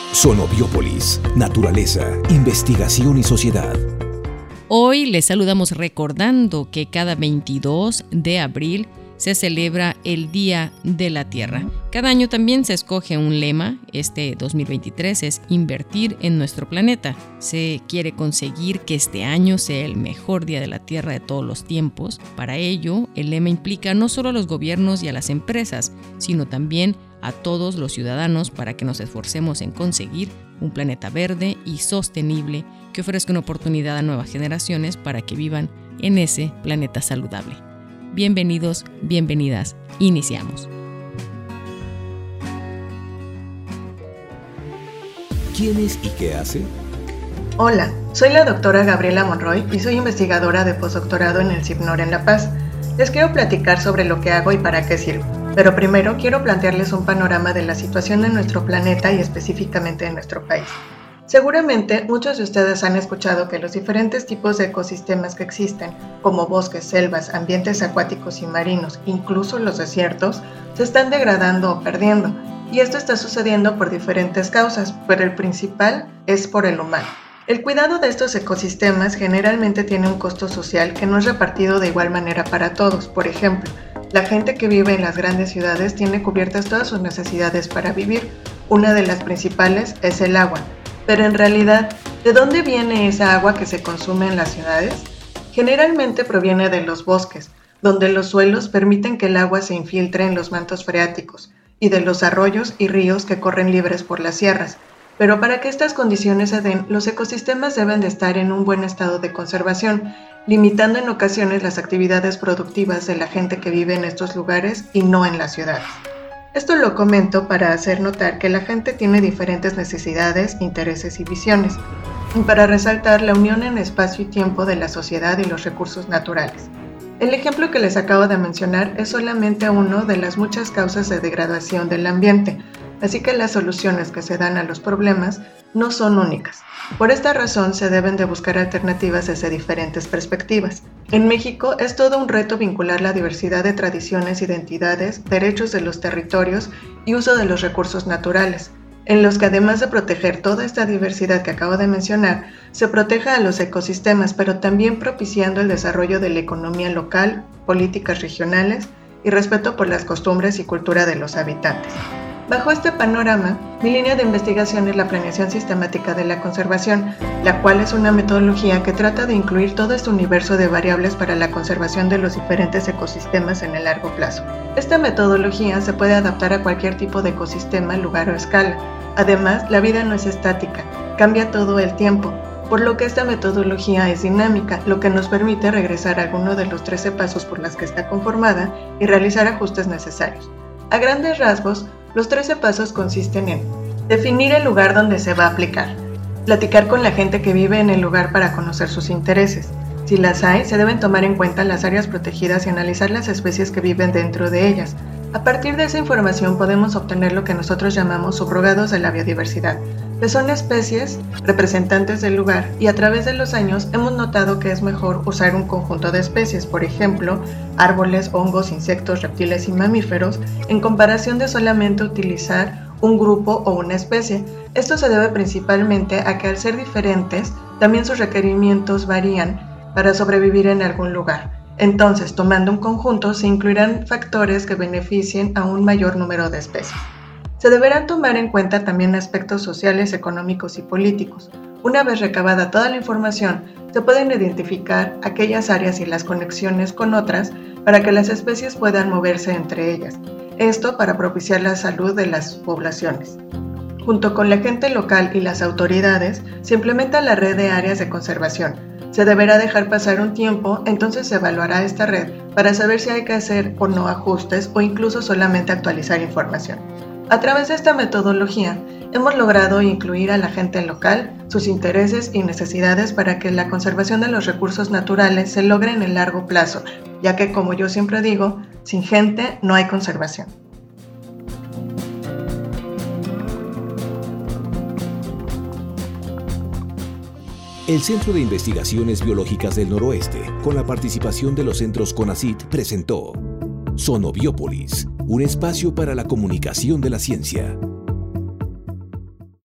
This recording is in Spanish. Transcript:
Sonobiópolis, naturaleza, investigación y sociedad. Hoy les saludamos recordando que cada 22 de abril se celebra el Día de la Tierra. Cada año también se escoge un lema. Este 2023 es invertir en nuestro planeta. Se quiere conseguir que este año sea el mejor Día de la Tierra de todos los tiempos. Para ello, el lema implica no solo a los gobiernos y a las empresas, sino también a todos los ciudadanos para que nos esforcemos en conseguir un planeta verde y sostenible que ofrezca una oportunidad a nuevas generaciones para que vivan en ese planeta saludable. Bienvenidos, bienvenidas, iniciamos. ¿Quién es y qué hace? Hola, soy la doctora Gabriela Monroy y soy investigadora de postdoctorado en el CIPNOR en La Paz. Les quiero platicar sobre lo que hago y para qué sirvo, pero primero quiero plantearles un panorama de la situación de nuestro planeta y específicamente de nuestro país. Seguramente muchos de ustedes han escuchado que los diferentes tipos de ecosistemas que existen, como bosques, selvas, ambientes acuáticos y marinos, incluso los desiertos, se están degradando o perdiendo. Y esto está sucediendo por diferentes causas, pero el principal es por el humano. El cuidado de estos ecosistemas generalmente tiene un costo social que no es repartido de igual manera para todos. Por ejemplo, la gente que vive en las grandes ciudades tiene cubiertas todas sus necesidades para vivir. Una de las principales es el agua. Pero en realidad, ¿de dónde viene esa agua que se consume en las ciudades? Generalmente proviene de los bosques, donde los suelos permiten que el agua se infiltre en los mantos freáticos, y de los arroyos y ríos que corren libres por las sierras. Pero para que estas condiciones se den, los ecosistemas deben de estar en un buen estado de conservación, limitando en ocasiones las actividades productivas de la gente que vive en estos lugares y no en las ciudades. Esto lo comento para hacer notar que la gente tiene diferentes necesidades, intereses y visiones, y para resaltar la unión en espacio y tiempo de la sociedad y los recursos naturales. El ejemplo que les acabo de mencionar es solamente uno de las muchas causas de degradación del ambiente, así que las soluciones que se dan a los problemas no son únicas. Por esta razón se deben de buscar alternativas desde diferentes perspectivas. En México es todo un reto vincular la diversidad de tradiciones, identidades, derechos de los territorios y uso de los recursos naturales, en los que además de proteger toda esta diversidad que acabo de mencionar, se proteja a los ecosistemas, pero también propiciando el desarrollo de la economía local, políticas regionales y respeto por las costumbres y cultura de los habitantes. Bajo este panorama, mi línea de investigación es la planeación sistemática de la conservación, la cual es una metodología que trata de incluir todo este universo de variables para la conservación de los diferentes ecosistemas en el largo plazo. Esta metodología se puede adaptar a cualquier tipo de ecosistema, lugar o escala. Además, la vida no es estática, cambia todo el tiempo, por lo que esta metodología es dinámica, lo que nos permite regresar a alguno de los 13 pasos por los que está conformada y realizar ajustes necesarios. A grandes rasgos, los 13 pasos consisten en definir el lugar donde se va a aplicar, platicar con la gente que vive en el lugar para conocer sus intereses. Si las hay, se deben tomar en cuenta las áreas protegidas y analizar las especies que viven dentro de ellas. A partir de esa información podemos obtener lo que nosotros llamamos subrogados de la biodiversidad, que son especies representantes del lugar, y a través de los años hemos notado que es mejor usar un conjunto de especies, por ejemplo, árboles, hongos, insectos, reptiles y mamíferos, en comparación de solamente utilizar un grupo o una especie. Esto se debe principalmente a que al ser diferentes, también sus requerimientos varían para sobrevivir en algún lugar. Entonces, tomando un conjunto, se incluirán factores que beneficien a un mayor número de especies. Se deberán tomar en cuenta también aspectos sociales, económicos y políticos. Una vez recabada toda la información, se pueden identificar aquellas áreas y las conexiones con otras para que las especies puedan moverse entre ellas. Esto para propiciar la salud de las poblaciones. Junto con la gente local y las autoridades, se implementa la red de áreas de conservación. Se deberá dejar pasar un tiempo, entonces se evaluará esta red para saber si hay que hacer o no ajustes o incluso solamente actualizar información. A través de esta metodología, hemos logrado incluir a la gente local, sus intereses y necesidades para que la conservación de los recursos naturales se logre en el largo plazo, ya que, como yo siempre digo, sin gente no hay conservación. El Centro de Investigaciones Biológicas del Noroeste, con la participación de los centros CONACYT, presentó Sonobiópolis, un espacio para la comunicación de la ciencia.